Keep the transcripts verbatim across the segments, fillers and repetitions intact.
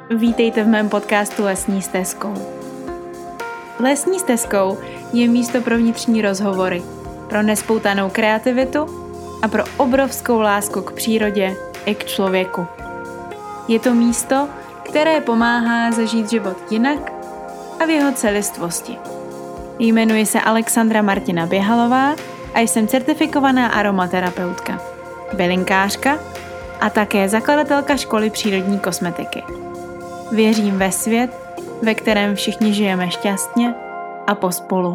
Vítejte v mém podcastu Lesní stezkou. Lesní stezkou je místo pro vnitřní rozhovory, pro nespoutanou kreativitu a pro obrovskou lásku k přírodě i k člověku. Je to místo, které pomáhá zažít život jinak a v jeho celistvosti. Jmenuji se Alexandra Martina Běhalová a jsem certifikovaná aromaterapeutka, bylinkářka a také zakladatelka školy přírodní kosmetiky. Věřím ve svět, ve kterém všichni žijeme šťastně a pospolu.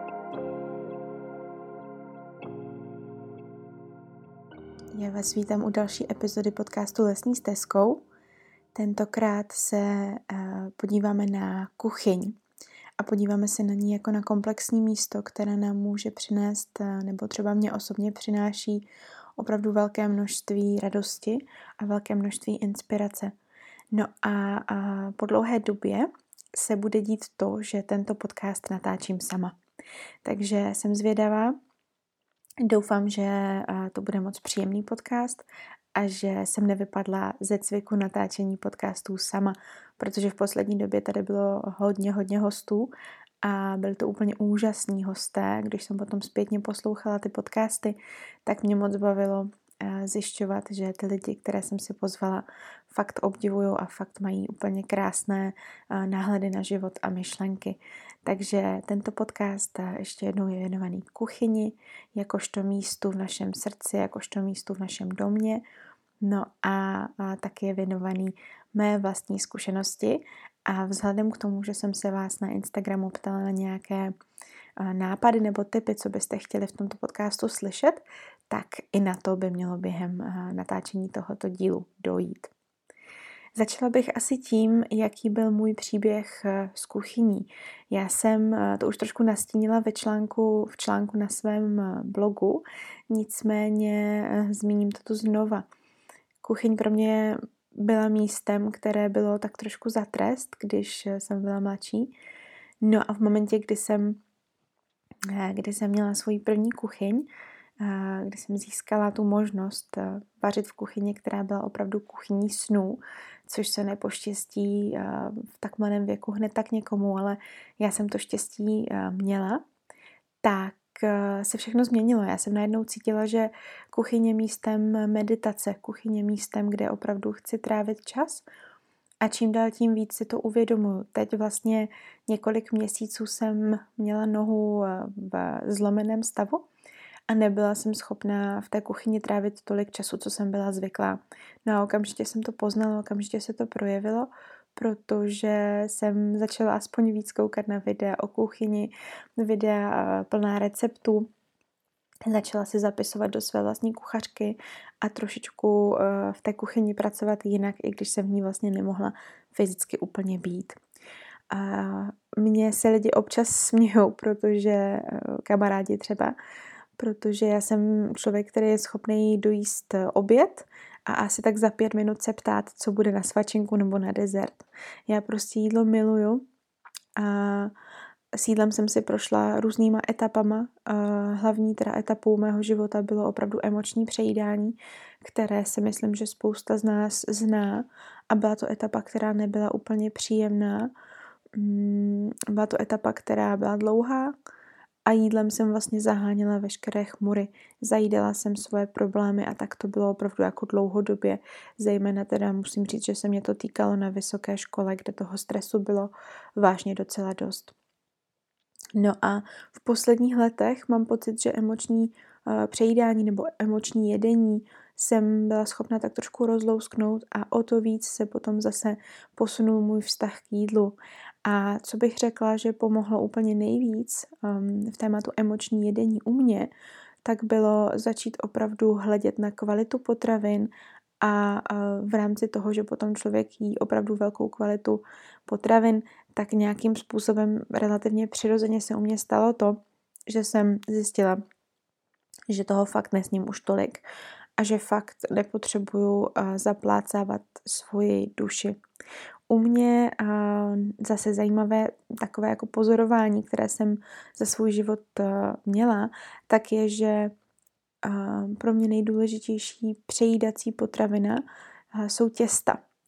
Já vás vítám u další epizody podcastu Lesní stezkou. Tentokrát se podíváme na kuchyň a podíváme se na ní jako na komplexní místo, které nám může přinést, nebo třeba mě osobně přináší opravdu velké množství radosti a velké množství inspirace. No a, a po dlouhé době se bude dít to, že tento podcast natáčím sama. Takže jsem zvědavá, doufám, že to bude moc příjemný podcast a že jsem nevypadla ze cviku natáčení podcastů sama, protože v poslední době tady bylo hodně, hodně hostů a byli to úplně úžasní hosté. Když jsem potom zpětně poslouchala ty podcasty, tak mě moc bavilo zjišťovat, že ty lidi, které jsem si pozvala, fakt obdivují a fakt mají úplně krásné náhledy na život a myšlenky. Takže tento podcast ještě jednou je věnovaný kuchyni, jakožto místu v našem srdci, jakožto místu v našem domě. No a, a taky je věnovaný mé vlastní zkušenosti. A vzhledem k tomu, že jsem se vás na Instagramu ptala na nějaké nápady nebo tipy, co byste chtěli v tomto podcastu slyšet, tak i na to by mělo během natáčení tohoto dílu dojít. Začala bych asi tím, jaký byl můj příběh s kuchyní. Já jsem to už trošku nastínila ve článku, v článku na svém blogu, nicméně zmíním to tu znova. Kuchyň pro mě byla místem, které bylo tak trošku za trest, když jsem byla mladší. No a v momentě, kdy jsem, kdy jsem měla svoji první kuchyň, kdy jsem získala tu možnost vařit v kuchyni, která byla opravdu kuchyní snů, což se nepoštěstí v tak mladém věku hned tak někomu, ale já jsem to štěstí měla, tak se všechno změnilo. Já jsem najednou cítila, že kuchyň je místem meditace, kuchyň je místem, kde opravdu chci trávit čas a čím dál tím víc si to uvědomuji. Teď vlastně několik měsíců jsem měla nohu v zlomeném stavu a nebyla jsem schopná v té kuchyni trávit tolik času, co jsem byla zvyklá. No a okamžitě jsem to poznala, okamžitě se to projevilo, protože jsem začala aspoň víc koukat na videa o kuchyni, videa plná receptů. Začala si zapisovat do své vlastní kuchařky a trošičku v té kuchyni pracovat jinak, i když jsem v ní vlastně nemohla fyzicky úplně být. A mně se lidi občas smějou, protože kamarádi třeba, protože já jsem člověk, který je schopný dojíst oběd a asi tak za pět minut se ptát, co bude na svačinku nebo na dezert. Já prostě jídlo miluju a s jídlem jsem si prošla různýma etapama. Hlavní teda etapou mého života bylo opravdu emoční přejídání, které si myslím, že spousta z nás zná a byla to etapa, která nebyla úplně příjemná. Byla to etapa, která byla dlouhá, a jídlem jsem vlastně zaháněla veškeré chmury. Zajídala jsem svoje problémy a tak to bylo opravdu jako dlouhodobě. Zejména teda musím říct, že se mě to týkalo na vysoké škole, kde toho stresu bylo vážně docela dost. No a v posledních letech mám pocit, že emoční uh, přejídání nebo emoční jedení jsem byla schopna tak trošku rozlousknout a o to víc se potom zase posunul můj vztah k jídlu. A co bych řekla, že pomohlo úplně nejvíc um, v tématu emoční jedení u mě, tak bylo začít opravdu hledět na kvalitu potravin a, a v rámci toho, že potom člověk jí opravdu velkou kvalitu potravin, tak nějakým způsobem relativně přirozeně se u mě stalo to, že jsem zjistila, že toho fakt nesním už tolik a že fakt nepotřebuju zaplácávat svoji duši. U mě zase zajímavé takové jako pozorování, které jsem za svůj život měla, tak je, že pro mě nejdůležitější přejídací potravina jsou těsta.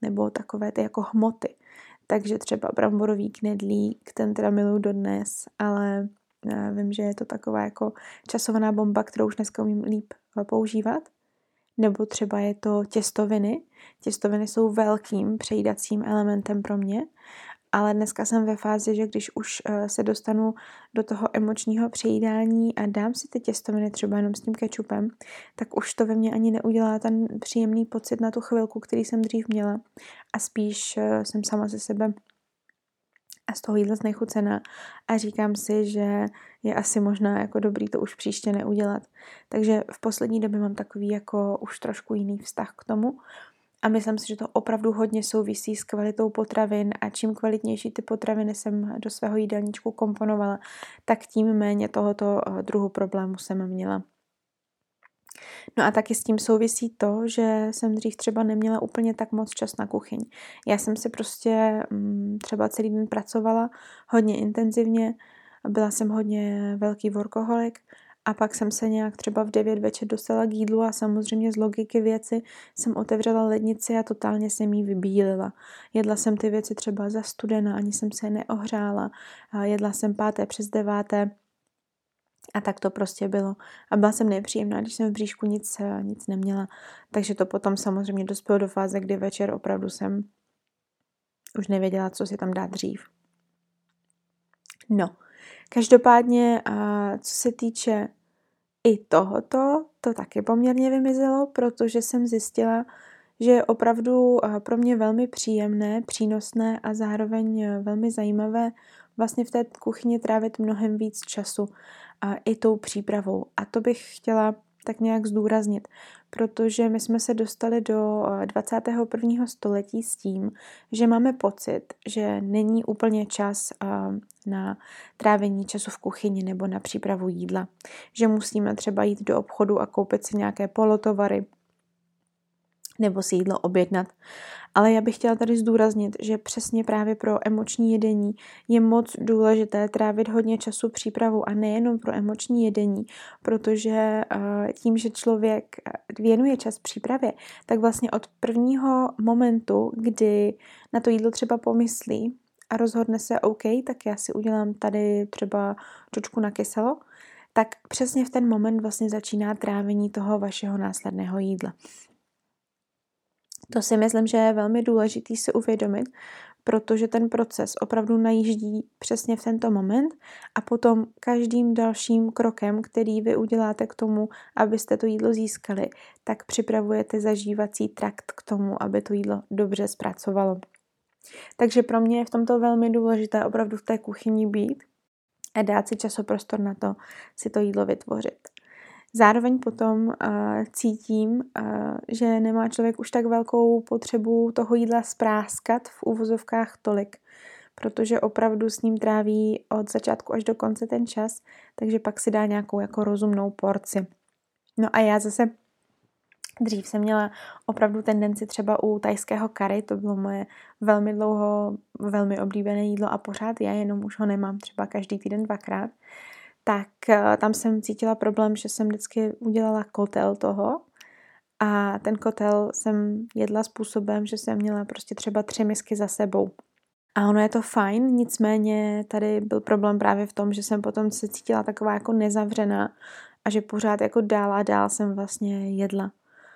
nebo takové ty jako hmoty. Takže třeba bramborový knedlík, ten teda miluju dodnes, ale vím, že je to taková jako časovaná bomba, kterou už dneska umím líp používat. Nebo třeba je to těstoviny. Těstoviny jsou velkým přejídacím elementem pro mě, ale dneska jsem ve fázi, že když už se dostanu do toho emočního přejídání a dám si ty těstoviny třeba jenom s tím kečupem, tak už to ve mně ani neudělá ten příjemný pocit na tu chvilku, který jsem dřív měla. A spíš jsem sama ze sebe a z toho jídla znechucená a říkám si, že je asi možná jako dobrý to už příště neudělat. Takže v poslední době mám takový jako už trošku jiný vztah k tomu a myslím si, že to opravdu hodně souvisí s kvalitou potravin a čím kvalitnější ty potraviny jsem do svého jídelníčku komponovala, tak tím méně tohoto druhu problému jsem měla. No a taky s tím souvisí to, že jsem dřív třeba neměla úplně tak moc čas na kuchyň. Já jsem si prostě třeba celý den pracovala hodně intenzivně, byla jsem hodně velký workoholik a pak jsem se nějak třeba v devět večer dostala k jídlu a samozřejmě z logiky věci jsem otevřela lednici a totálně jsem jí vybílila. Jedla jsem ty věci třeba za studena, ani jsem se neohřála, jedla jsem páté přes deváté. A tak to prostě bylo. A byla jsem nepříjemná, když jsem v bříšku nic, nic neměla. Takže to potom samozřejmě dospělo do fáze, kdy večer opravdu jsem už nevěděla, co si tam dát dřív. No, každopádně, co se týče i tohoto, to taky poměrně vymizelo, protože jsem zjistila, že je opravdu pro mě velmi příjemné, přínosné a zároveň velmi zajímavé vlastně v té kuchyni trávit mnohem víc času a i tou přípravou. A to bych chtěla tak nějak zdůraznit, protože my jsme se dostali do dvacátého prvního století s tím, že máme pocit, že není úplně čas na trávení času v kuchyni nebo na přípravu jídla. Že musíme třeba jít do obchodu a koupit si nějaké polotovary nebo si jídlo objednat. Ale já bych chtěla tady zdůraznit, že přesně právě pro emoční jedení je moc důležité trávit hodně času přípravou a nejenom pro emoční jedení, protože tím, že člověk věnuje čas přípravě, tak vlastně od prvního momentu, kdy na to jídlo třeba pomyslí a rozhodne se, OK, tak já si udělám tady třeba čočku na kyselo, tak přesně v ten moment vlastně začíná trávení toho vašeho následného jídla. To si myslím, že je velmi důležitý si uvědomit, protože ten proces opravdu najíždí přesně v tento moment a potom každým dalším krokem, který vy uděláte k tomu, abyste to jídlo získali, tak připravujete zažívací trakt k tomu, aby to jídlo dobře zpracovalo. Takže pro mě je v tomto velmi důležité opravdu v té kuchyni být a dát si časoprostor na to, si to jídlo vytvořit. Zároveň potom uh, cítím, uh, že nemá člověk už tak velkou potřebu toho jídla spráskat v uvozovkách tolik, protože opravdu s ním tráví od začátku až do konce ten čas, takže pak si dá nějakou jako rozumnou porci. No a já zase dřív jsem měla opravdu tendenci třeba u thajského curry, to bylo moje velmi dlouho, velmi oblíbené jídlo a pořád já jenom už ho nemám třeba každý týden dvakrát, tak tam jsem cítila problém, že jsem vždycky udělala kotel toho a ten kotel jsem jedla způsobem, že jsem měla prostě třeba tři misky za sebou. A ono je to fajn, nicméně tady byl problém právě v tom, že jsem potom se cítila taková jako nezavřená a že pořád jako dál a dál jsem vlastně jedla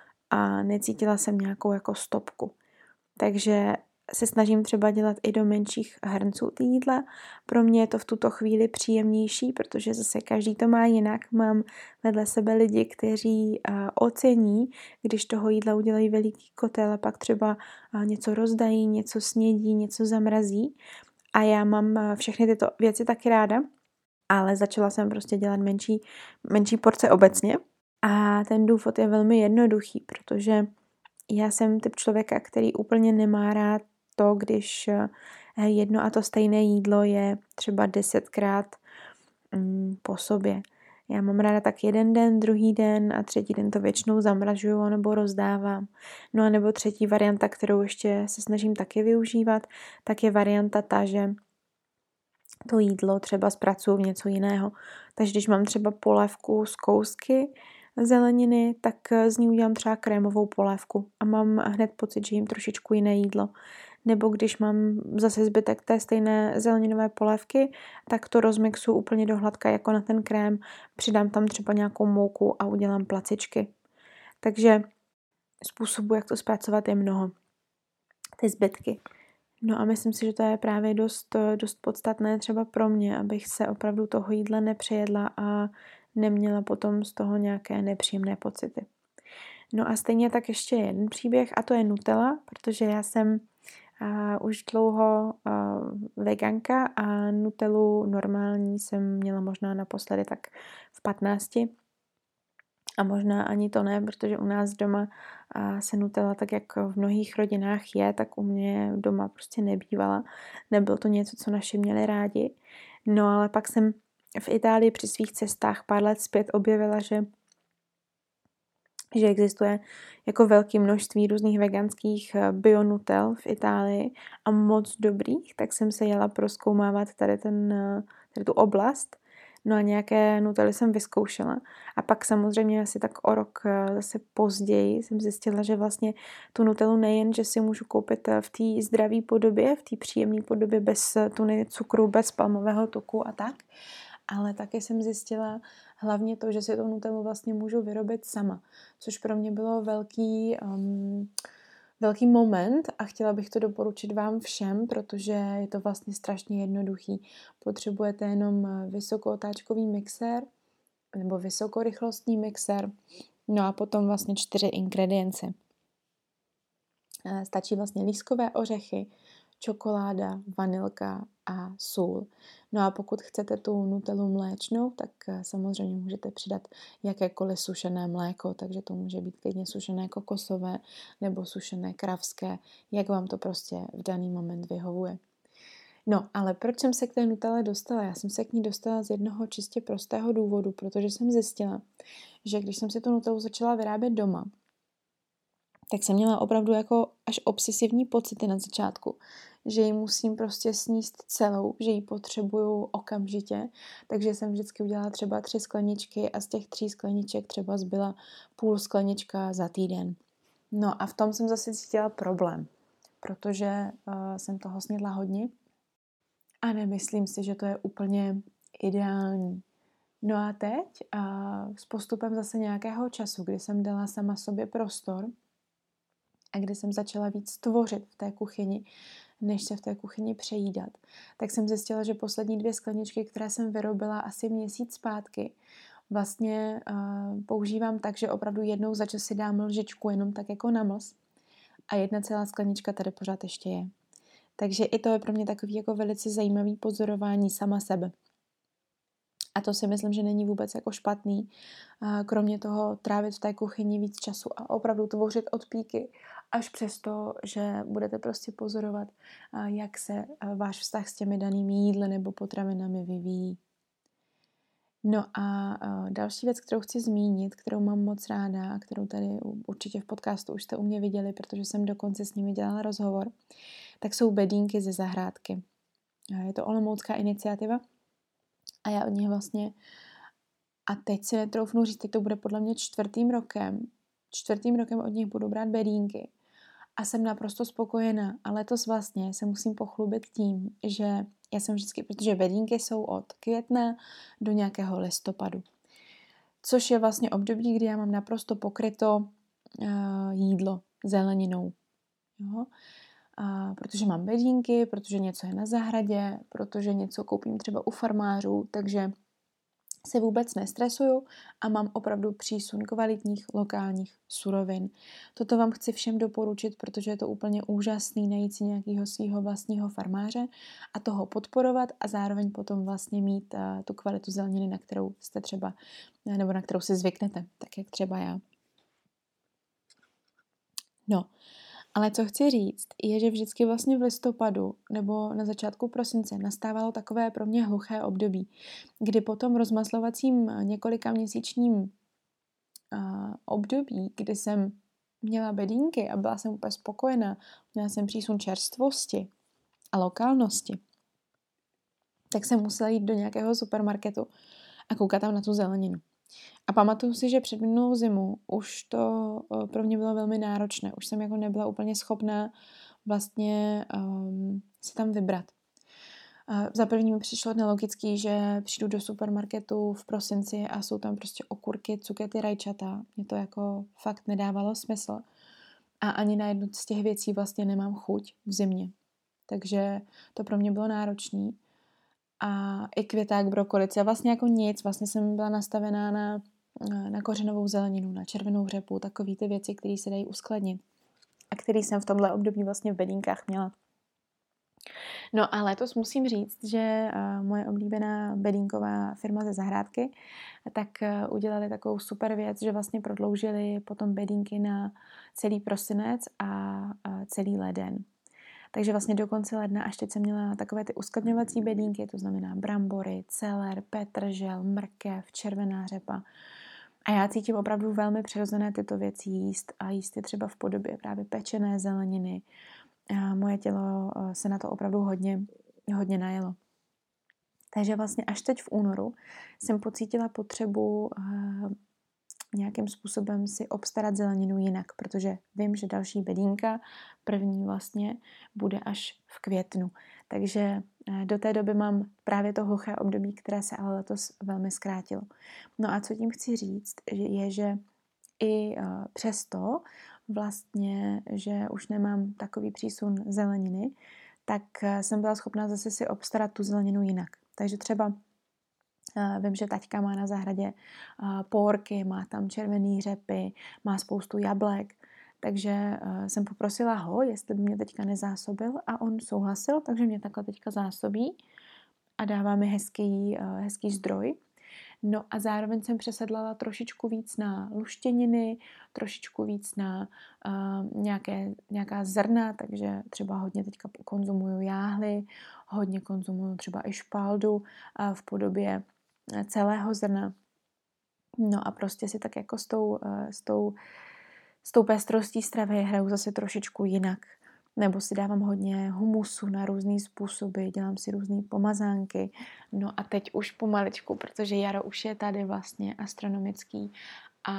a necítila jsem nějakou jako stopku. Takže se snažím třeba dělat i do menších hrnců ty jídla. Pro mě je to v tuto chvíli příjemnější, protože zase každý to má jinak. Mám vedle sebe lidi, kteří ocení, když toho jídla udělají veliký kotel a pak třeba něco rozdají, něco snědí, něco zamrazí. A já mám všechny tyto věci taky ráda, ale začala jsem prostě dělat menší, menší porce obecně. A ten důvod je velmi jednoduchý, protože já jsem typ člověka, který úplně nemá rád to, když jedno a to stejné jídlo je třeba desetkrát mm, po sobě. Já mám ráda tak jeden den, druhý den a třetí den to většinou zamražuju nebo rozdávám. No a nebo třetí varianta, kterou ještě se snažím taky využívat, tak je varianta ta, že to jídlo třeba zpracuju v něco jiného. Takže když mám třeba polévku z kousky zeleniny, tak z ní udělám třeba krémovou polévku a mám hned pocit, že jím trošičku jiné jídlo. Nebo když mám zase zbytek té stejné zeleninové polévky, tak to rozmixu úplně do hladka jako na ten krém, přidám tam třeba nějakou mouku a udělám placičky. Takže způsobů, jak to zpracovat, je mnoho. Ty zbytky. No a myslím si, že to je právě dost, dost podstatné třeba pro mě, abych se opravdu toho jídla nepřejedla a neměla potom z toho nějaké nepříjemné pocity. No a stejně tak ještě jeden příběh a to je Nutella, protože já jsem uh, už dlouho uh, veganka a Nutellu normální jsem měla možná naposledy tak v patnácti. A možná ani to ne, protože u nás doma se Nutella, tak jak v mnohých rodinách je, tak u mě doma prostě nebývala. Nebylo to něco, co naši měli rádi. No ale pak jsem v Itálii při svých cestách pár let zpět objevila, že, že existuje jako velké množství různých veganských bio-nutel v Itálii a moc dobrých, tak jsem se jela prozkoumávat tady, ten, tady tu oblast. No a nějaké Nutelly jsem vyzkoušela. A pak samozřejmě asi tak o rok zase později jsem zjistila, že vlastně tu Nutellu nejen, že si můžu koupit v té zdravé podobě, v té příjemné podobě bez tuny, cukru, bez palmového tuku a tak, ale taky jsem zjistila hlavně to, že si tu Nutellu vlastně můžu vyrobit sama, což pro mě bylo velký... Um, velký moment a chtěla bych to doporučit vám všem, protože je to vlastně strašně jednoduchý. Potřebujete jenom vysokootáčkový mixér nebo vysokorychlostní mixér, no a potom vlastně čtyři ingredience. Stačí vlastně lískové ořechy, čokoláda, vanilka a sůl. No a pokud chcete tu Nutellu mléčnou, tak samozřejmě můžete přidat jakékoliv sušené mléko, takže to může být klidně sušené kokosové nebo sušené kravské, jak vám to prostě v daný moment vyhovuje. No, ale proč jsem se k té Nutelle dostala? Já jsem se k ní dostala z jednoho čistě prostého důvodu, protože jsem zjistila, že když jsem si tu Nutellu začala vyrábět doma, tak jsem měla opravdu jako až obsesivní pocity na začátku, že ji musím prostě sníst celou, že ji potřebuju okamžitě, takže jsem vždycky udělala třeba tři skleničky a z těch tří skleniček třeba zbyla půl sklenička za týden. No a v tom jsem zase cítila problém, protože uh, jsem toho snědla hodně a nemyslím si, že to je úplně ideální. No a teď uh, s postupem zase nějakého času, kdy jsem dala sama sobě prostor, a kdy jsem začala víc tvořit v té kuchyni, než se v té kuchyni přejídat, tak jsem zjistila, že poslední dvě skleničky, které jsem vyrobila asi měsíc zpátky, vlastně uh, používám tak, že opravdu jednou za čas si dám lžičku jenom tak jako na mlz a jedna celá sklenička tady pořád ještě je. Takže i to je pro mě takový jako velice zajímavý pozorování sama sebe. A to si myslím, že není vůbec jako špatný. Kromě toho trávit v té kuchyni víc času a opravdu tvořit od píky, až přesto, že budete prostě pozorovat, jak se váš vztah s těmi danými jídly nebo potravinami vyvíjí. No a další věc, kterou chci zmínit, kterou mám moc ráda a kterou tady určitě v podcastu už jste u mě viděli, protože jsem dokonce s nimi dělala rozhovor, tak jsou bedínky ze zahrádky. Je to olomoucká iniciativa. A já od nich vlastně, a teď si netroufnu říct, teď to bude podle mě čtvrtým rokem, čtvrtým rokem od nich budu brát bedínky. A jsem naprosto spokojená. A letos vlastně se musím pochlubit tím, že já jsem vždycky, protože bedínky jsou od května do nějakého listopadu. Což je vlastně období, kdy já mám naprosto pokryto uh, jídlo zeleninou. Jo? A protože mám bedínky, protože něco je na zahradě, protože něco koupím třeba u farmářů, takže se vůbec nestresuju a mám opravdu přísun kvalitních lokálních surovin. Toto vám chci všem doporučit, protože je to úplně úžasný najít si nějakého svého vlastního farmáře a toho podporovat a zároveň potom vlastně mít uh, tu kvalitu zeleniny, na kterou jste třeba, nebo na kterou si zvyknete, tak jak třeba já. No, ale co chci říct, je, že vždycky vlastně v listopadu nebo na začátku prosince nastávalo takové pro mě hluché období, kdy po tom rozmaslovacím několika měsíčním uh, období, kdy jsem měla bedínky a byla jsem úplně spokojená, měla jsem přísun čerstvosti a lokálnosti, tak jsem musela jít do nějakého supermarketu a koukat tam na tu zeleninu. A pamatuju si, že před minulou zimu už to pro mě bylo velmi náročné. Už jsem jako nebyla úplně schopná vlastně um, si tam vybrat. Uh, za první mi přišlo nelogický, že přijdu do supermarketu v prosinci a jsou tam prostě okurky, cukety, rajčata. Mně to jako fakt nedávalo smysl. A ani na jednu z těch věcí vlastně nemám chuť v zimě. Takže to pro mě bylo náročné. A i květák, brokolice, vlastně jako nic. Vlastně jsem byla nastavená na, na kořenovou zeleninu, na červenou řepu, takové ty věci, které se dají uskladnit. A který jsem v tomhle období vlastně v bedínkách měla. No a letos musím říct, že moje oblíbená bedínková firma ze zahrádky tak udělali takovou super věc, že vlastně prodloužili potom bedínky na celý prosinec a celý leden. Takže vlastně do konce ledna až teď jsem měla takové ty uskladňovací bedínky, to znamená brambory, celer, petržel, mrkev, červená řepa. A já cítím opravdu velmi přirozené tyto věci jíst a jíst je třeba v podobě právě pečené zeleniny. A moje tělo se na to opravdu hodně, hodně najelo. Takže vlastně až teď v únoru jsem pocítila potřebu nějakým způsobem si obstarat zeleninu jinak, protože vím, že další bedínka, první vlastně, bude až v květnu. Takže do té doby mám právě to hluché období, které se ale letos velmi zkrátilo. No a co tím chci říct, je, že i přesto vlastně, že už nemám takový přísun zeleniny, tak jsem byla schopná zase si obstarat tu zeleninu jinak. Takže třeba vím, že taťka má na zahradě pórky, má tam červený řepy, má spoustu jablek, takže jsem poprosila ho, jestli by mě teďka nezásobil a on souhlasil, takže mě takhle teďka zásobí a dává mi hezký, hezký zdroj. No a zároveň jsem přesedlala trošičku víc na luštěniny, trošičku víc na uh, nějaké, nějaká zrna, takže třeba hodně teďka konzumuju jáhly, hodně konzumuju třeba i špaldu uh, v podobě celého zrna. No a prostě si tak jako s tou, uh, s tou, s tou pestrostí stravy hraju zase trošičku jinak. Nebo si dávám hodně humusu na různý způsoby, dělám si různé pomazánky. No a teď už pomaličku, protože jaro už je tady vlastně astronomický a,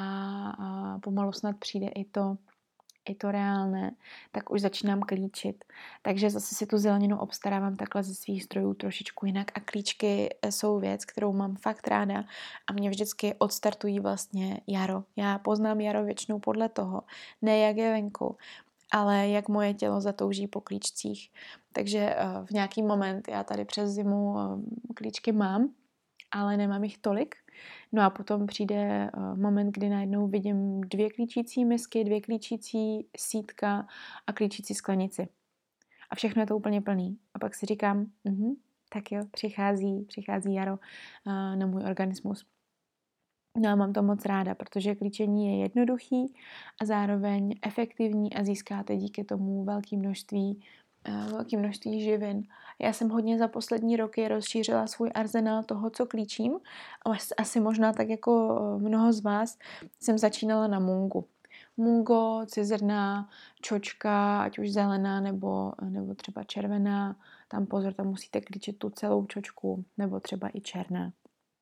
a pomalu snad přijde i to, i to reálné, tak už začínám klíčit. Takže zase si tu zeleninu obstarávám takhle ze svých zdrojů trošičku jinak a klíčky jsou věc, kterou mám fakt ráda a mě vždycky odstartují vlastně jaro. Já poznám jaro většinou podle toho, ne jak je venku, ale jak moje tělo zatouží po klíčcích. Takže v nějaký moment já tady přes zimu klíčky mám, ale nemám jich tolik. No a potom přijde moment, kdy najednou vidím dvě klíčící misky, dvě klíčící sítka a klíčící sklenici. A všechno je to úplně plný. A pak si říkám, uh-huh, tak jo, přichází, přichází jaro na můj organismus. No a mám to moc ráda, protože klíčení je jednoduchý a zároveň efektivní a získáte díky tomu velké množství, velké množství živin. Já jsem hodně za poslední roky rozšířila svůj arzenál toho, co klíčím. Asi možná tak jako mnoho z vás jsem začínala na mungu. Mungo, cizrna, čočka, ať už zelená nebo, nebo třeba červená. Tam pozor, tam musíte klíčit tu celou čočku, nebo třeba i černá.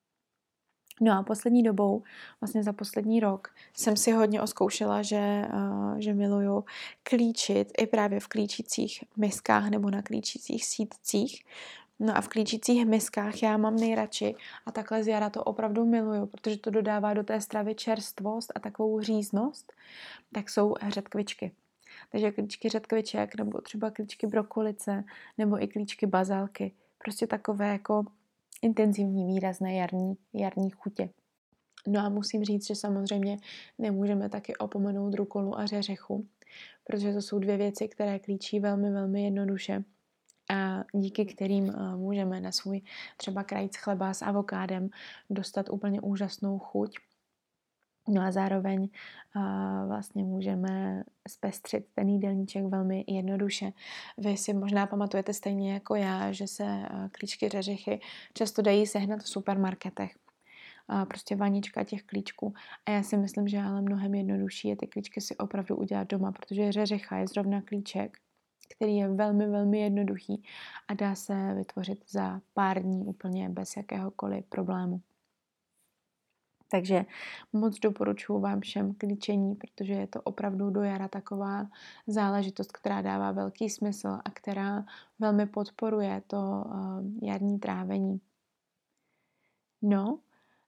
No a poslední dobou, vlastně za poslední rok, jsem si hodně oskoušela, že, uh, že miluju klíčit i právě v klíčících miskách nebo na klíčících sítcích. No a v klíčících miskách já mám nejradši a takhle z jara to opravdu miluju, protože to dodává do té stravy čerstvost a takovou říznost, tak jsou řetkvičky. Takže klíčky řetkviček nebo třeba klíčky brokolice nebo i klíčky bazalky. Prostě takové jako intenzivní, výrazné jarní, jarní chutě. No a musím říct, že samozřejmě nemůžeme taky opomenout rukolu a řeřichu, protože to jsou dvě věci, které klíčí velmi, velmi jednoduše a díky kterým můžeme na svůj třeba krajíc chleba s avokádem dostat úplně úžasnou chuť. No a zároveň a vlastně můžeme zpestřit ten jídelníček velmi jednoduše. Vy si možná pamatujete stejně jako já, že se klíčky řeřichy často dají sehnat v supermarketech. A prostě vanička těch klíčků. A já si myslím, že ale mnohem jednodušší je ty klíčky si opravdu udělat doma, protože řeřicha je zrovna klíček, který je velmi, velmi jednoduchý a dá se vytvořit za pár dní úplně bez jakéhokoliv problému. Takže moc doporučuji vám všem k líčení, protože je to opravdu do jara taková záležitost, která dává velký smysl a která velmi podporuje to uh, jarní trávení. No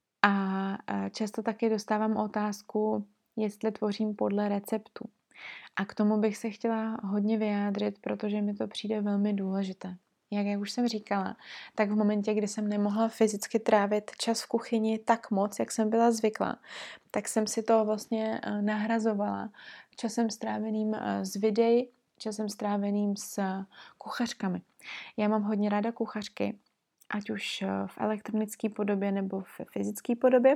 a často taky dostávám otázku, jestli tvořím podle receptu. A k tomu bych se chtěla hodně vyjádřit, protože mi to přijde velmi důležité. Jak já už jsem říkala, tak v momentě, kdy jsem nemohla fyzicky trávit čas v kuchyni tak moc, jak jsem byla zvyklá, tak jsem si to vlastně nahrazovala časem stráveným s videí, časem stráveným s kuchařkami. Já mám hodně ráda kuchařky, ať už v elektronické podobě nebo v fyzické podobě.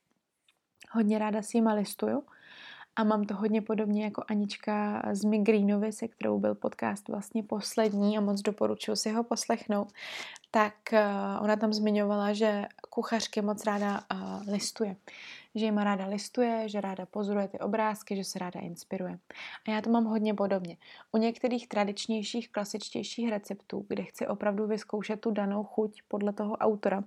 Hodně ráda si jima listuju a mám to hodně podobně jako Anička z Migrínovy, se kterou byl podcast vlastně poslední a moc doporučuji si ho poslechnout. Tak ona tam zmiňovala, že kuchařky moc ráda listuje. Že jima ráda listuje, že ráda pozoruje ty obrázky, že se ráda inspiruje. A já to mám hodně podobně. U některých tradičnějších, klasičtějších receptů, kde chci opravdu vyzkoušet tu danou chuť podle toho autora,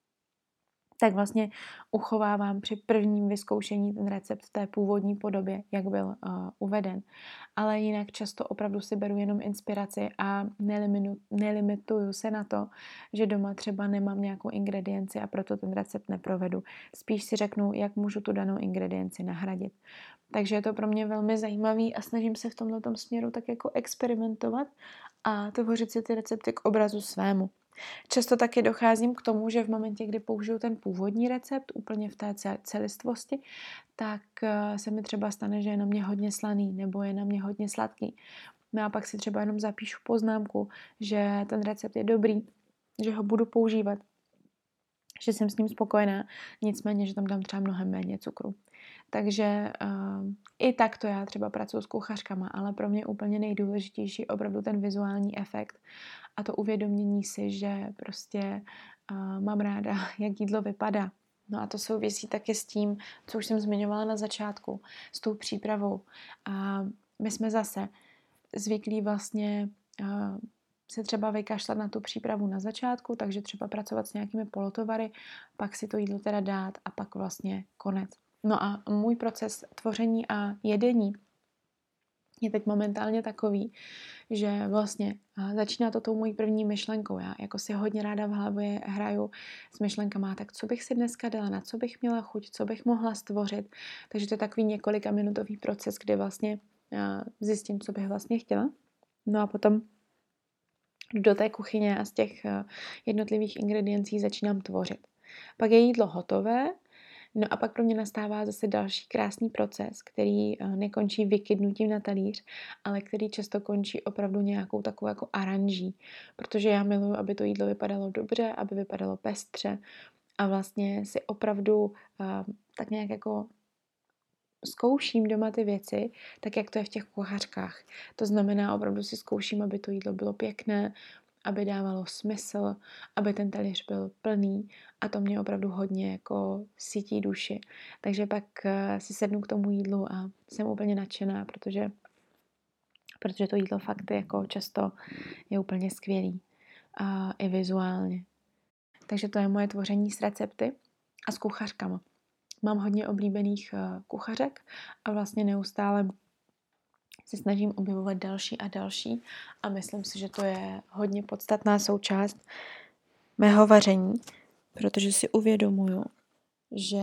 tak vlastně uchovávám při prvním vyzkoušení ten recept v té původní podobě, jak byl uh, uveden. Ale jinak často opravdu si beru jenom inspiraci a neliminu, nelimituju se na to, že doma třeba nemám nějakou ingredienci a proto ten recept neprovedu. Spíš si řeknu, jak můžu tu danou ingredienci nahradit. Takže je to pro mě velmi zajímavý a snažím se v tomto směru tak jako experimentovat a tvořit si ty recepty k obrazu svému. Často taky docházím k tomu, že v momentě, kdy použiju ten původní recept úplně v té celistvosti, tak se mi třeba stane, že je na mě hodně slaný nebo je na mě hodně sladký. No a pak si třeba jenom zapíšu poznámku, že ten recept je dobrý, že ho budu používat, že jsem s ním spokojená, nicméně, že tam dám třeba mnohem méně cukru. Takže uh, i tak to já třeba pracuji s kuchařkama, ale pro mě úplně nejdůležitější opravdu ten vizuální efekt a to uvědomění si, že prostě uh, mám ráda, jak jídlo vypadá. No a to souvisí taky s tím, co už jsem zmiňovala na začátku, s tou přípravou. A my jsme zase zvyklí vlastně uh, se třeba vykašlat na tu přípravu na začátku, takže třeba pracovat s nějakými polotovary, pak si to jídlo teda dát a pak vlastně konec. No a můj proces tvoření a jedení je teď momentálně takový, že vlastně začíná to tou mojí první myšlenkou. Já jako si hodně ráda v hlavě hraju s myšlenkama, tak co bych si dneska dala, na co bych měla chuť, co bych mohla stvořit. Takže to je takový několika minutový proces, kdy vlastně zjistím, co bych vlastně chtěla. No a potom do té kuchyně a z těch jednotlivých ingrediencí začínám tvořit. Pak je jídlo hotové, no a pak pro mě nastává zase další krásný proces, který nekončí vykydnutím na talíř, ale který často končí opravdu nějakou takovou jako aranží, protože já miluji, aby to jídlo vypadalo dobře, aby vypadalo pestře a vlastně si opravdu uh, tak nějak jako zkouším doma ty věci, tak jak to je v těch kuchařkách. To znamená, opravdu si zkouším, aby to jídlo bylo pěkné, aby dávalo smysl, aby ten talíř byl plný a to mě opravdu hodně jako sytí duši. Takže pak si sednu k tomu jídlu a jsem úplně nadšená, protože, protože to jídlo fakt jako často je úplně skvělý. A i vizuálně. Takže to je moje tvoření s recepty a s kuchařkama. Mám hodně oblíbených kuchařek a vlastně neustále se snažím objevovat další a další a myslím si, že to je hodně podstatná součást mého vaření, protože si uvědomuju, že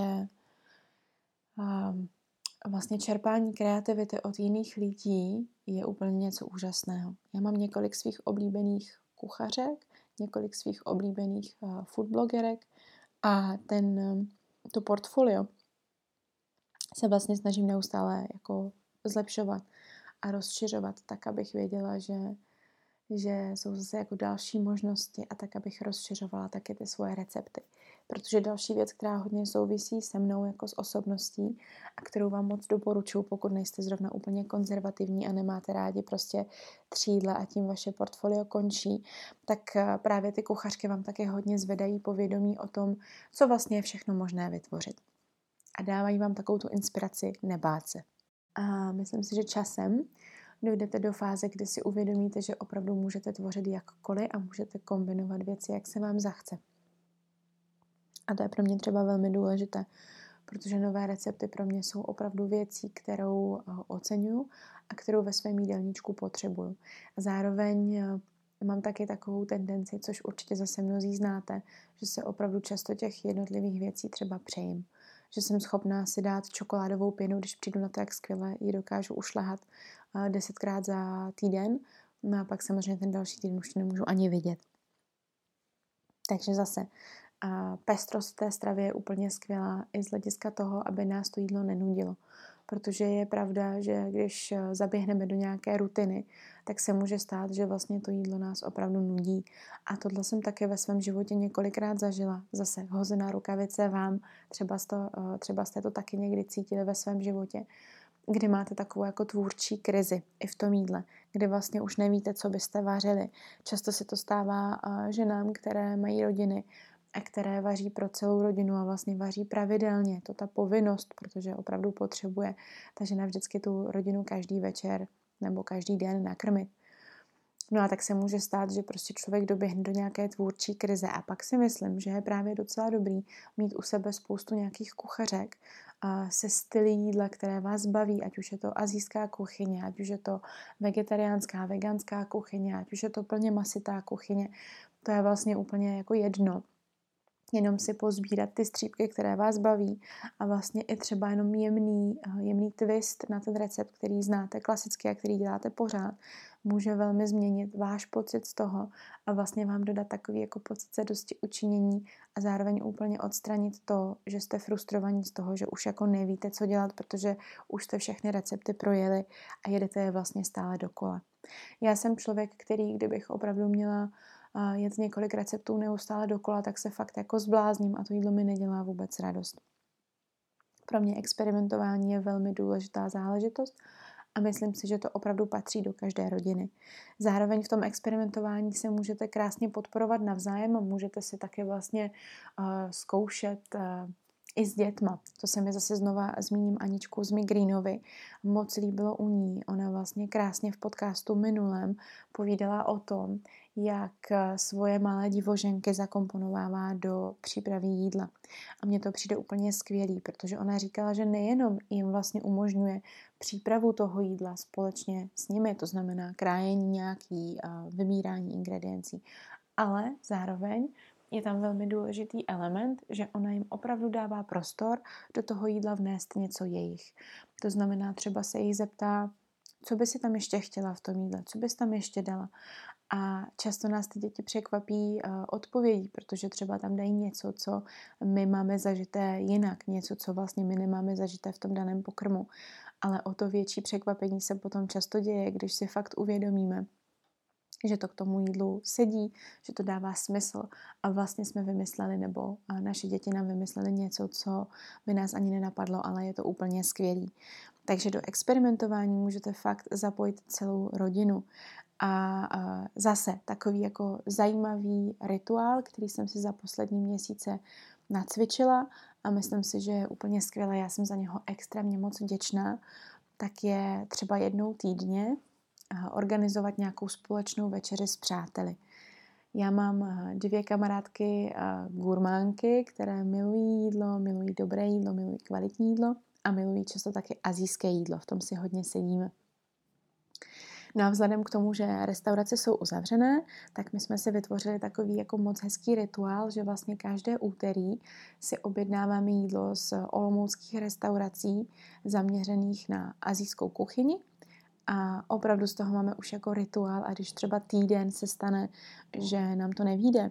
um, vlastně čerpání kreativity od jiných lidí je úplně něco úžasného. Já mám několik svých oblíbených kuchařek, několik svých oblíbených uh, foodblogerek a ten, to portfolio se vlastně snažím neustále jako zlepšovat a rozšiřovat tak, abych věděla, že, že jsou zase jako další možnosti a tak, abych rozšiřovala taky ty svoje recepty. Protože další věc, která hodně souvisí se mnou jako s osobností a kterou vám moc doporučuji, pokud nejste zrovna úplně konzervativní a nemáte rádi prostě tři jídla a tím vaše portfolio končí, tak právě ty kuchařky vám taky hodně zvedají povědomí o tom, co vlastně je všechno možné vytvořit. A dávají vám takovou tu inspiraci nebát se. A myslím si, že časem dojdete do fáze, kdy si uvědomíte, že opravdu můžete tvořit jakkoliv a můžete kombinovat věci, jak se vám zachce. A to je pro mě třeba velmi důležité protože nové recepty pro mě jsou opravdu věcí, kterou oceňuju a kterou ve svém jídelníčku potřebuju. A zároveň mám taky takovou tendenci, což určitě zase mnozí znáte, že se opravdu často těch jednotlivých věcí třeba přejím. Že jsem schopná si dát čokoládovou pěnu, když přijdu na to, jak skvěle ji dokážu ušlehat desetkrát za týden, no a pak samozřejmě ten další týden už to nemůžu ani vidět. Takže zase a pestrost té stravy je úplně skvělá i z hlediska toho, aby nás to jídlo nenudilo. Protože je pravda, že když zaběhneme do nějaké rutiny, tak se může stát, že vlastně to jídlo nás opravdu nudí. A tohle jsem také ve svém životě několikrát zažila. Zase hozená rukavice vám, třeba, to, třeba jste to taky někdy cítili ve svém životě, kdy máte takovou jako tvůrčí krizi i v tom jídle, kdy vlastně už nevíte, co byste vařili. Často se to stává ženám, které mají rodiny a které vaří pro celou rodinu a vlastně vaří pravidelně. To ta povinnost, protože opravdu potřebuje ta žena vždycky tu rodinu každý večer nebo každý den nakrmit. No a tak se může stát, že prostě člověk doběhne do nějaké tvůrčí krize a pak si myslím, že je právě docela dobrý mít u sebe spoustu nějakých kuchařek a se styly jídla, které vás baví, ať už je to asijská kuchyně, ať už je to vegetariánská, veganská kuchyně, ať už je to plně masitá kuchyně. To je vlastně úplně jako jedno. Jenom si pozbírat ty střípky, které vás baví a vlastně i třeba jenom jemný, jemný twist na ten recept, který znáte klasicky a který děláte pořád, může velmi změnit váš pocit z toho a vlastně vám dodat takový jako pocit zadosti učinění a zároveň úplně odstranit to, že jste frustrovaní z toho, že už jako nevíte, co dělat, protože už jste všechny recepty projeli a jedete je vlastně stále dokola. Já jsem člověk, který, kdybych opravdu měla jet několik receptů neustále dokola, tak se fakt jako zblázním a to jídlo mi nedělá vůbec radost. Pro mě experimentování je velmi důležitá záležitost a myslím si, že to opravdu patří do každé rodiny. Zároveň v tom experimentování se můžete krásně podporovat navzájem a můžete si také vlastně uh, zkoušet uh, i s dětma. To se mi zase znova zmíním Aničku z Migrínovy. Moc líbilo u ní. Ona vlastně krásně v podcastu minulém povídala o tom, jak svoje malé divoženky zakomponovává do přípravy jídla. A mně to přijde úplně skvělý, protože ona říkala, že nejenom jim vlastně umožňuje přípravu toho jídla společně s nimi, to znamená krájení nějaký, vybírání ingrediencí, ale zároveň je tam velmi důležitý element, že ona jim opravdu dává prostor do toho jídla vnést něco jejich. To znamená, třeba se jich zeptá, co by si tam ještě chtěla v tom jídle, co bys tam ještě dala. A často nás ty děti překvapí uh, odpovědí, protože třeba tam dají něco, co my máme zažité jinak, něco, co vlastně my nemáme zažité v tom daném pokrmu. Ale o to větší překvapení se potom často děje, když si fakt uvědomíme, že to k tomu jídlu sedí, že to dává smysl a vlastně jsme vymysleli, nebo naše děti nám vymysleli něco, co by nás ani nenapadlo, ale je to úplně skvělý. Takže do experimentování můžete fakt zapojit celou rodinu. A zase takový jako zajímavý rituál, který jsem si za poslední měsíce nacvičila a myslím si, že je úplně skvělé, já jsem za něho extrémně moc vděčná, tak je třeba jednou týdně organizovat nějakou společnou večeři s přáteli. Já mám dvě kamarádky gurmánky, které milují jídlo, milují dobré jídlo, milují kvalitní jídlo a milují často taky asijské jídlo, v tom si hodně sedíme. No a vzhledem k tomu, že restaurace jsou uzavřené, tak my jsme si vytvořili takový jako moc hezký rituál, že vlastně každé úterý si objednáváme jídlo z olomouckých restaurací zaměřených na asijskou kuchyni. A opravdu z toho máme už jako rituál a když třeba týden se stane, že nám to nevyjde,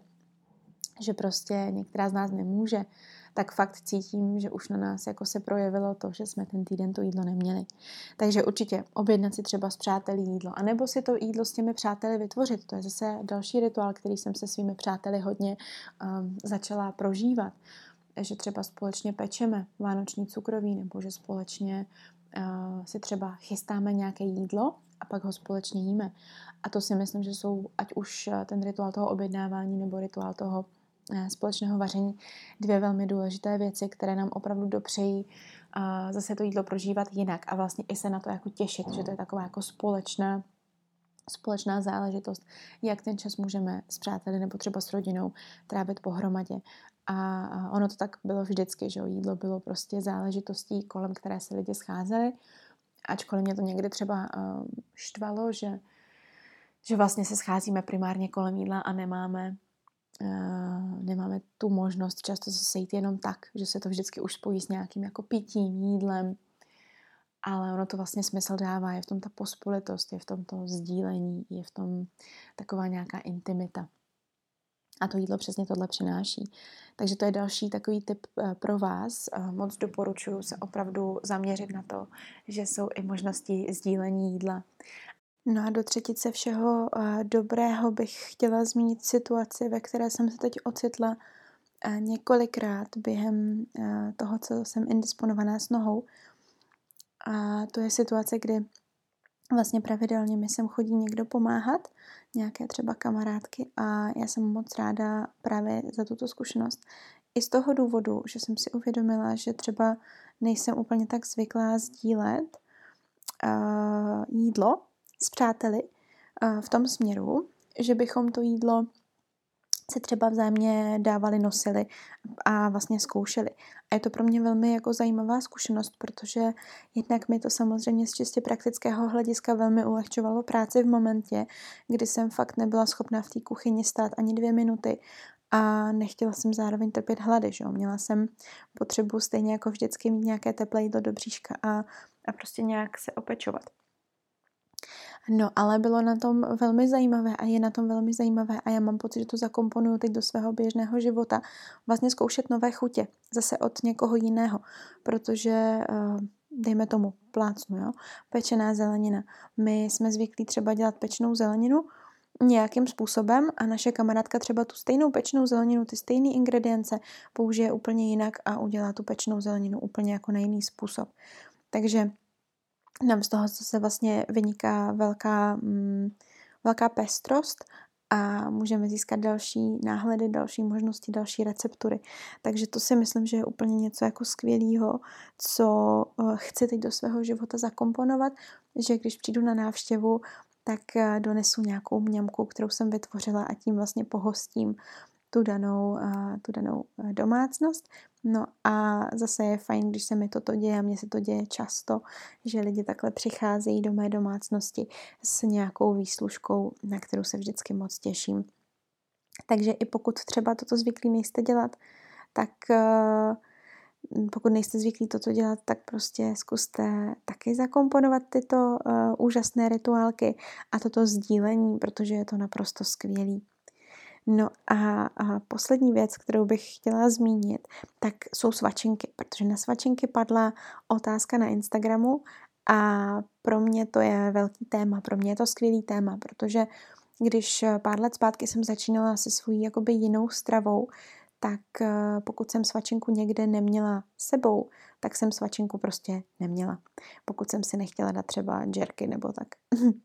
že prostě některá z nás nemůže, tak fakt cítím, že už na nás jako se projevilo to, že jsme ten týden to jídlo neměli. Takže určitě objednat si třeba s přáteli jídlo, anebo si to jídlo s těmi přáteli vytvořit. To je zase další rituál, který jsem se svými přáteli hodně um, začala prožívat. Že třeba společně pečeme vánoční cukroví, nebo že společně uh, si třeba chystáme nějaké jídlo a pak ho společně jíme. A to si myslím, že jsou ať už ten rituál toho objednávání nebo rituál toho společného vaření dvě velmi důležité věci, které nám opravdu dopřejí uh, zase to jídlo prožívat jinak a vlastně i se na to jako těšit, že to je taková jako společná společná záležitost, jak ten čas můžeme s přáteli nebo třeba s rodinou trávit pohromadě. A ono to tak bylo vždycky, že jo, jídlo bylo prostě záležitostí, kolem které se lidi scházeli, ačkoliv mě to někdy třeba uh, štvalo, že, že vlastně se scházíme primárně kolem jídla a nemáme, uh, nemáme tu možnost často se sejít jenom tak, že se to vždycky už spojí s nějakým jako pitím, jídlem, ale ono to vlastně smysl dává, je v tom ta pospolitost, je v tom to sdílení, je v tom taková nějaká intimita. A to jídlo přesně tohle přináší. Takže to je další takový tip pro vás. Moc doporučuji se opravdu zaměřit na to, že jsou i možnosti sdílení jídla. No a do třetice všeho dobrého bych chtěla zmínit situaci, ve které jsem se teď ocitla několikrát během toho, co jsem indisponovaná s nohou. A to je situace, kdy vlastně pravidelně mi sem chodí někdo pomáhat, nějaké třeba kamarádky a já jsem moc ráda právě za tuto zkušenost. I z toho důvodu, že jsem si uvědomila, že třeba nejsem úplně tak zvyklá sdílet uh, jídlo s přáteli uh, v tom směru, že bychom to jídlo se třeba vzájemně dávali, nosili a vlastně zkoušeli. A je to pro mě velmi jako zajímavá zkušenost, protože jednak mi to samozřejmě z čistě praktického hlediska velmi ulehčovalo práci v momentě, kdy jsem fakt nebyla schopná v té kuchyni stát ani dvě minuty a nechtěla jsem zároveň trpět hlady, že jo? Měla jsem potřebu stejně jako vždycky mít nějaké teplé jídlo do bříška a, a prostě nějak se opečovat. No, ale bylo na tom velmi zajímavé a je na tom velmi zajímavé a já mám pocit, že to zakomponuju teď do svého běžného života. Vlastně zkoušet nové chutě, zase od někoho jiného, protože dejme tomu plácnu, jo, pečená zelenina. My jsme zvyklí třeba dělat pečenou zeleninu nějakým způsobem a naše kamarádka třeba tu stejnou pečenou zeleninu, ty stejné ingredience použije úplně jinak a udělá tu pečenou zeleninu úplně jako na jiný způsob. Takže nám z toho se vlastně vyniká velká, mm, velká pestrost a můžeme získat další náhledy, další možnosti, další receptury. Takže to si myslím, že je úplně něco jako skvělého, co chci teď do svého života zakomponovat, že když přijdu na návštěvu, tak donesu nějakou mňamku, kterou jsem vytvořila a tím vlastně pohostím tu danou, tu danou domácnost. No a zase je fajn, když se mi toto děje, a mně se to děje často, že lidi takhle přicházejí do mé domácnosti s nějakou výslužkou, na kterou se vždycky moc těším. Takže i pokud třeba toto zvyklí nejste dělat, tak pokud nejste zvyklí toto dělat, tak prostě zkuste taky zakomponovat tyto uh, úžasné rituálky a toto sdílení, protože je to naprosto skvělý. No a, a poslední věc, kterou bych chtěla zmínit, tak jsou svačinky, protože na svačinky padla otázka na Instagramu a pro mě to je velký téma, pro mě je to skvělý téma, protože když pár let zpátky jsem začínala se svojí jakoby jinou stravou, tak pokud jsem svačinku někde neměla sebou, tak jsem svačinku prostě neměla. Pokud jsem si nechtěla dát třeba džerky nebo tak.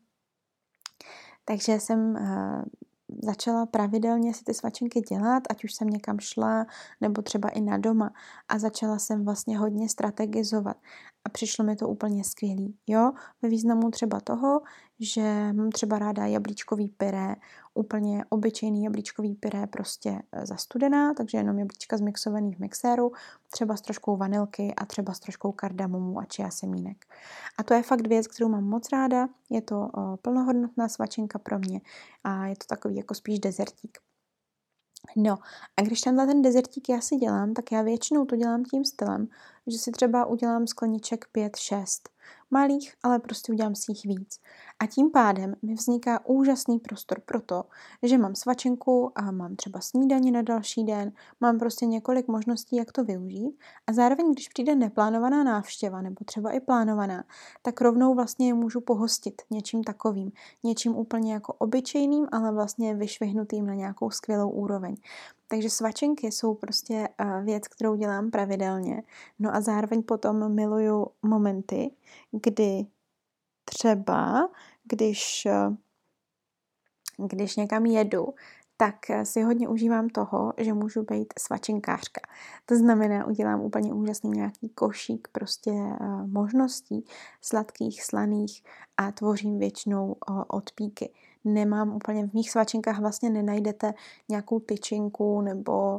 Takže jsem začala pravidelně si ty svačinky dělat, ať už jsem někam šla, nebo třeba i na doma. A začala jsem vlastně hodně strategizovat. A přišlo mi to úplně skvělý. Jo? Ve významu třeba toho, že mám třeba ráda jablíčkový pyré, úplně obyčejný jablíčkový pyré, prostě zastudená, takže jenom jablíčka zmixovaný v mixéru, třeba s troškou vanilky a třeba s troškou kardamomu a chia semínek. A to je fakt věc, kterou mám moc ráda, je to o, plnohodnotná svačinka pro mě a je to takový jako spíš dezertík. No a když tenhle ten dezertík já si dělám, tak já většinou to dělám tím stylem, že si třeba udělám skleniček pět šest malých, ale prostě udělám si jich víc. A tím pádem mi vzniká úžasný prostor pro to, že mám svačinku a mám třeba snídani na další den, mám prostě několik možností, jak to využít a zároveň, když přijde neplánovaná návštěva nebo třeba i plánovaná, tak rovnou vlastně je můžu pohostit něčím takovým, něčím úplně jako obyčejným, ale vlastně vyšvihnutým na nějakou skvělou úroveň. Takže svačinky jsou prostě věc, kterou dělám pravidelně. No a zároveň potom miluju momenty, kdy třeba, když, když někam jedu, tak si hodně užívám toho, že můžu být svačinkářka. To znamená, udělám úplně úžasný nějaký košík prostě možností sladkých, slaných a tvořím většinou odpíky. Nemám úplně, v mých svačinkách vlastně nenajdete nějakou tyčinku nebo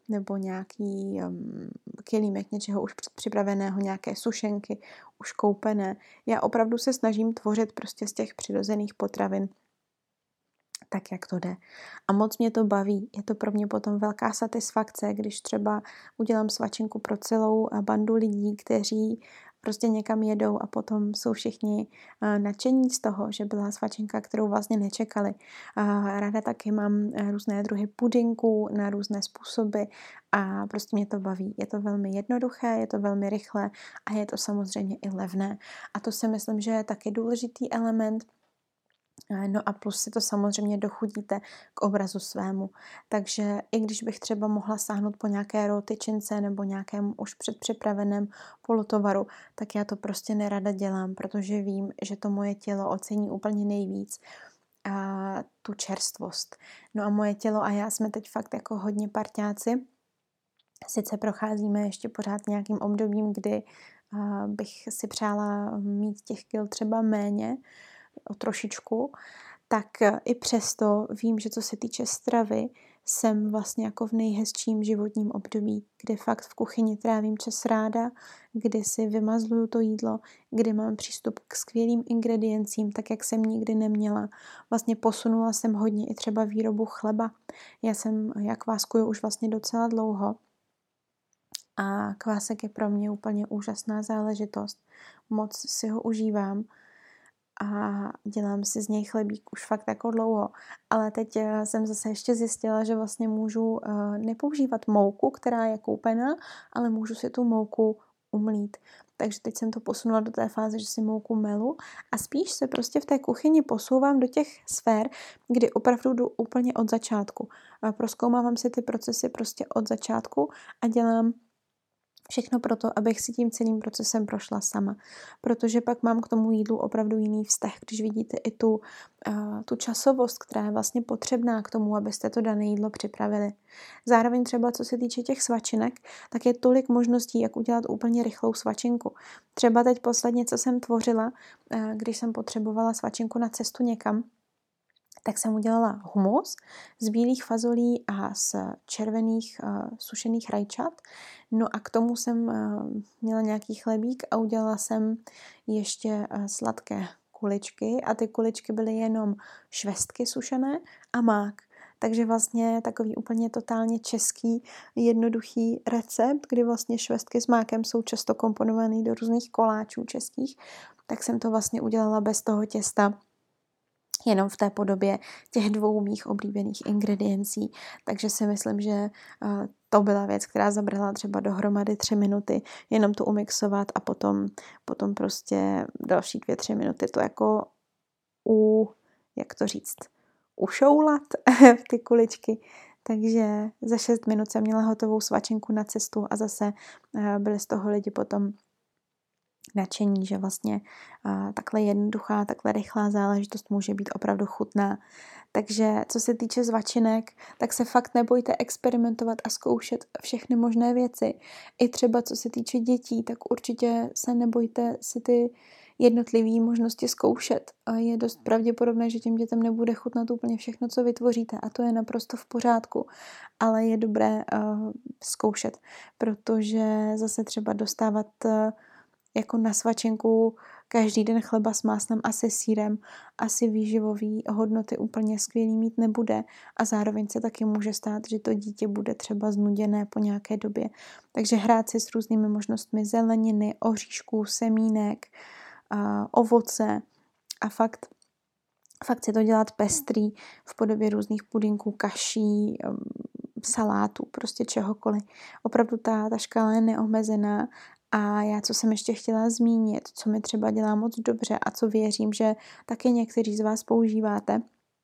nebo nějaký um, kilímek něčeho už připraveného, nějaké sušenky už koupené. Já opravdu se snažím tvořit prostě z těch přirozených potravin tak, jak to jde. A moc mě to baví. Je to pro mě potom velká satisfakce, když třeba udělám svačinku pro celou bandu lidí, kteří prostě někam jedou a potom jsou všichni nadšení z toho, že byla svačinka, kterou vlastně nečekali. Ráda taky mám různé druhy pudinků na různé způsoby a prostě mě to baví. Je to velmi jednoduché, je to velmi rychlé a je to samozřejmě i levné. A to si myslím, že je taky důležitý element. No a plus si to samozřejmě dochudíte k obrazu svému. Takže i když bych třeba mohla sáhnout po nějaké raw tyčince nebo nějakém už předpřipraveném polotovaru, tak já to prostě nerada dělám, protože vím, že to moje tělo ocení úplně nejvíc a tu čerstvost. No a moje tělo a já jsme teď fakt jako hodně parťáci. Sice procházíme ještě pořád nějakým obdobím, kdy bych si přála mít těch kil třeba méně, o trošičku, tak i přesto vím, že co se týče stravy, jsem vlastně jako v nejhezčím životním období, kdy fakt v kuchyni trávím čas ráda, kdy si vymazluju to jídlo, kdy mám přístup k skvělým ingrediencím, tak jak jsem nikdy neměla. Vlastně posunula jsem hodně i třeba výrobu chleba. Já jsem, já kváskuju už vlastně docela dlouho a kvásek je pro mě úplně úžasná záležitost. Moc si ho užívám a dělám si z něj chlebík už fakt jako dlouho. Ale teď jsem zase ještě zjistila, že vlastně můžu nepoužívat mouku, která je koupená, ale můžu si tu mouku umlít. Takže teď jsem to posunula do té fáze, že si mouku melu a spíš se prostě v té kuchyni posouvám do těch sfér, kdy opravdu jdu úplně od začátku. Prozkoumávám si ty procesy prostě od začátku a dělám všechno proto, abych si tím celým procesem prošla sama. Protože pak mám k tomu jídlu opravdu jiný vztah, když vidíte i tu, uh, tu časovost, která je vlastně potřebná k tomu, abyste to dané jídlo připravili. Zároveň třeba co se týče těch svačinek, tak je tolik možností, jak udělat úplně rychlou svačinku. Třeba teď posledně, co jsem tvořila, uh, když jsem potřebovala svačinku na cestu někam, tak jsem udělala humus z bílých fazolí a z červených uh, sušených rajčat. No a k tomu jsem uh, měla nějaký chlebík a udělala jsem ještě uh, sladké kuličky a ty kuličky byly jenom švestky sušené a mák. Takže vlastně takový úplně totálně český, jednoduchý recept, kdy vlastně švestky s mákem jsou často komponovaný do různých koláčů českých, tak jsem to vlastně udělala bez toho těsta, jenom v té podobě těch dvou mých oblíbených ingrediencí. Takže si myslím, že to byla věc, která zabrala třeba dohromady tři minuty, jenom to umixovat a potom, potom prostě další dvě, tři minuty to jako u, jak to říct, ušoulat v ty kuličky. Takže za šest minut jsem měla hotovou svačinku na cestu a zase byly z toho lidi potom nadšení, že vlastně uh, takhle jednoduchá, takhle rychlá záležitost může být opravdu chutná. Takže co se týče svačinek, tak se fakt nebojte experimentovat a zkoušet všechny možné věci. I třeba co se týče dětí, tak určitě se nebojte si ty jednotlivé možnosti zkoušet. A je dost pravděpodobné, že těm dětem nebude chutnat úplně všechno, co vytvoříte a to je naprosto v pořádku. Ale je dobré uh, zkoušet, protože zase třeba dostávat uh, jako na svačinku každý den chleba s máslem a se sýrem asi výživový hodnoty úplně skvělý mít nebude a zároveň se taky může stát, že to dítě bude třeba znuděné po nějaké době. Takže hrát si s různými možnostmi zeleniny, oříšků, semínek, a ovoce a fakt, fakt si to dělat pestrý v podobě různých pudinků, kaší, salátů, prostě čehokoliv. Opravdu ta, ta škála je neomezená. A já, co jsem ještě chtěla zmínit, co mi třeba dělá moc dobře a co věřím, že taky někteří z vás používáte,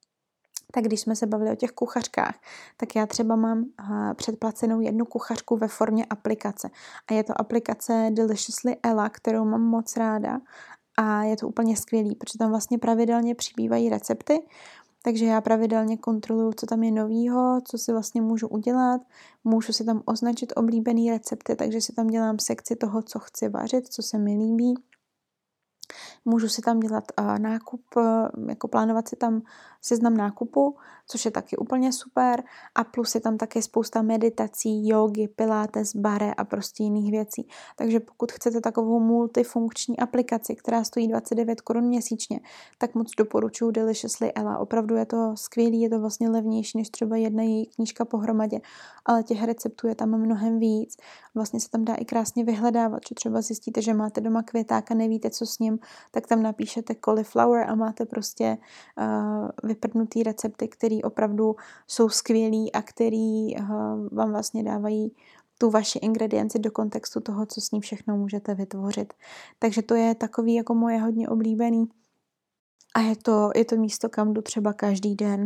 tak když jsme se bavili o těch kuchařkách, tak já třeba mám předplacenou jednu kuchařku ve formě aplikace. A je to aplikace Deliciously Ella, kterou mám moc ráda a je to úplně skvělý, protože tam vlastně pravidelně přibývají recepty, takže já pravidelně kontroluju, co tam je novýho, co si vlastně můžu udělat, můžu si tam označit oblíbený recepty, takže si tam dělám sekci toho, co chci vařit, co se mi líbí. Můžu si tam dělat uh, nákup, uh, jako plánovat si tam seznam nákupu, což je taky úplně super. A plus je tam taky spousta meditací, jógy, pilates, barre a prostě jiných věcí. Takže pokud chcete takovou multifunkční aplikaci, která stojí dvacet devět korun měsíčně, tak moc doporučuji Deliciously Ella. Opravdu je to skvělý, je to vlastně levnější než třeba jedna její knížka pohromadě, ale těch receptů je tam mnohem víc. Vlastně se tam dá i krásně vyhledávat, že třeba zjistíte, že máte doma květák a nevíte, co s ním, tak tam napíšete cauliflower a máte prostě uh, vyprdnutý recepty, které opravdu jsou skvělý a který uh, vám vlastně dávají tu vaši ingredienci do kontextu toho, co s ní všechno můžete vytvořit. Takže to je takový jako moje hodně oblíbený a je to, je to místo, kam jdu třeba každý den.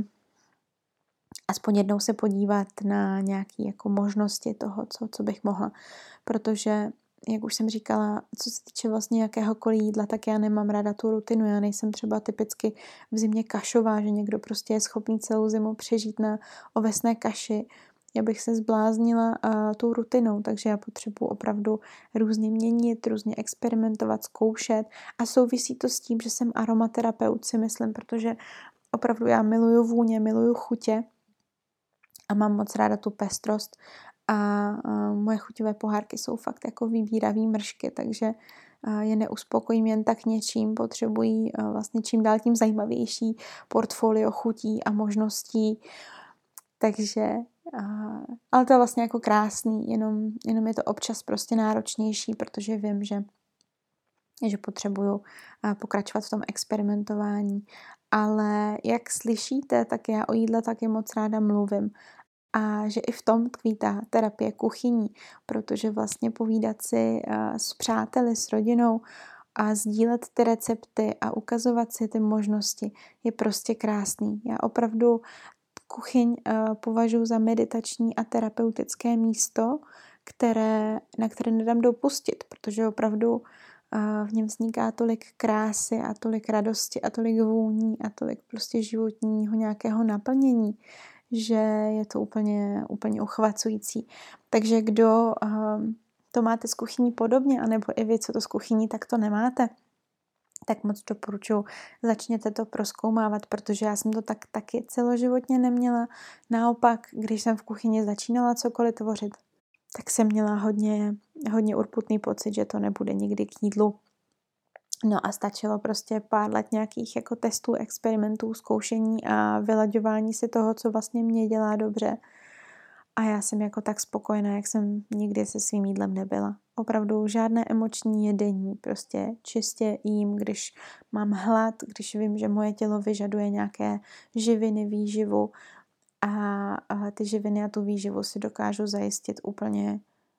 Aspoň jednou se podívat na nějaké jako možnosti toho, co, co bych mohla. Protože jak už jsem říkala, co se týče vlastně jakéhokoliv jídla, tak já nemám ráda tu rutinu. Já nejsem třeba typicky v zimě kašová, že někdo prostě je schopný celou zimu přežít na ovesné kaši. Já bych se zbláznila uh, tou rutinou, takže já potřebuji opravdu různě měnit, různě experimentovat, zkoušet. A souvisí to s tím, že jsem aromaterapeut, si myslím, protože opravdu já miluju vůně, miluju chutě a mám moc ráda tu pestrost. A uh, moje chuťové pohárky jsou fakt jako vybíravý mršky, takže uh, je neuspokojím jen tak něčím, potřebují uh, vlastně čím dál tím zajímavější portfolio chutí a možností, takže uh, ale to je vlastně jako krásný, jenom, jenom je to občas prostě náročnější, protože vím, že, že potřebuju uh, pokračovat v tom experimentování, ale jak slyšíte, tak já o jídle taky moc ráda mluvím. A že i v tom tkví ta terapie kuchyní, protože vlastně povídat si s přáteli, s rodinou a sdílet ty recepty a ukazovat si ty možnosti je prostě krásný. Já opravdu kuchyň považuji za meditační a terapeutické místo, které, na které nedám dopustit, protože opravdu v něm vzniká tolik krásy a tolik radosti a tolik vůní a tolik prostě životního nějakého naplnění, že je to úplně, úplně uchvacující. Takže kdo uh, to máte s kuchyní podobně, anebo i vy, co to s kuchyní, tak to nemáte, tak moc doporučuji, začněte to prozkoumávat, protože já jsem to tak taky celoživotně neměla. Naopak, když jsem v kuchyni začínala cokoliv tvořit, tak jsem měla hodně, hodně urputný pocit, že to nebude nikdy k jídlu. No a stačilo prostě pár let nějakých jako testů, experimentů, zkoušení a vylaďování si toho, co vlastně mě dělá dobře. A já jsem jako tak spokojená, jak jsem nikdy se svým jídlem nebyla. Opravdu žádné emoční jedení, prostě čistě jím, když mám hlad, když vím, že moje tělo vyžaduje nějaké živiny, výživu a, a ty živiny a tu výživu si dokážu zajistit úplně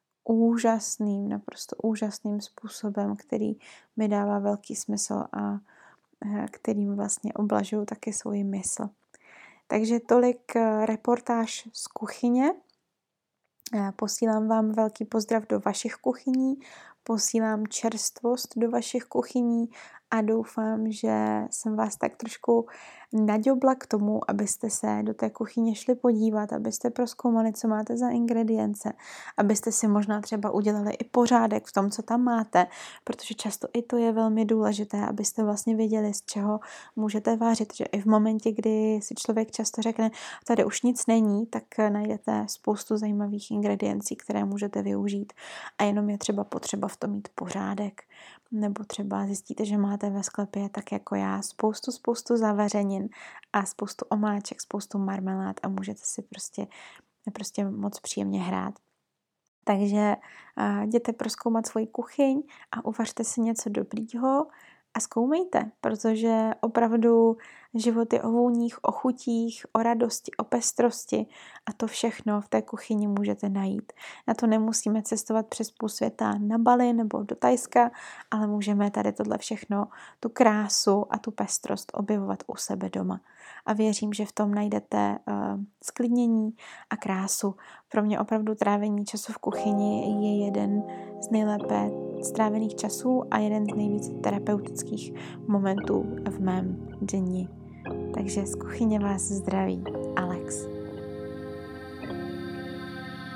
úžasným, naprosto úžasným způsobem, který mi dává velký smysl a kterým vlastně oblažuju taky svoji mysl. Takže tolik reportáž z kuchyně. Posílám vám velký pozdrav do vašich kuchyní, posílám čerstvost do vašich kuchyní a doufám, že jsem vás tak trošku naďobla k tomu, abyste se do té kuchyně šli podívat, abyste prozkoumali, co máte za ingredience, abyste si možná třeba udělali i pořádek v tom, co tam máte, protože často i to je velmi důležité, abyste vlastně věděli, z čeho můžete vařit, že i v momentě, kdy si člověk často řekne, tady už nic není, tak najdete spoustu zajímavých ingrediencí, které můžete využít a jenom je třeba potřeba v tom mít pořádek. Nebo třeba zjistíte, že máte ve sklepě, tak jako já, spoustu, spoustu zavařenin a spoustu omáček, spoustu marmelád a můžete si prostě, prostě moc příjemně hrát. Takže jděte prozkoumat svoji kuchyň a uvařte si něco dobrýho a zkoumejte, protože opravdu život je o vůních, o chutích, o radosti, o pestrosti a to všechno v té kuchyni můžete najít. Na to nemusíme cestovat přes půl světa na Bali nebo do Thajska, ale můžeme tady tohle všechno, tu krásu a tu pestrost objevovat u sebe doma. A věřím, že v tom najdete uh, sklidnění a krásu. Pro mě opravdu trávení času v kuchyni je jeden z nejlépe strávených časů a jeden z nejvíc terapeutických momentů v mém dni. Takže z kuchyně vás zdraví Alex.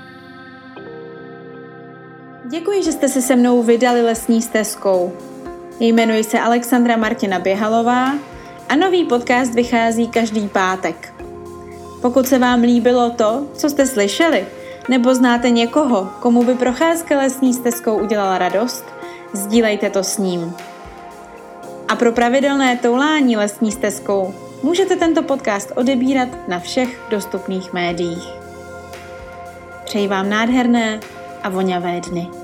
Děkuji, že jste se se mnou vydali lesní stezkou. Jmenuji se Alexandra Martina Běhalová a nový podcast vychází každý pátek. Pokud se vám líbilo to, co jste slyšeli, nebo znáte někoho, komu by procházka lesní stezkou udělala radost, sdílejte to s ním. A pro pravidelné toulání lesní stezkou můžete tento podcast odebírat na všech dostupných médiích. Přeji vám nádherné a voňavé dny.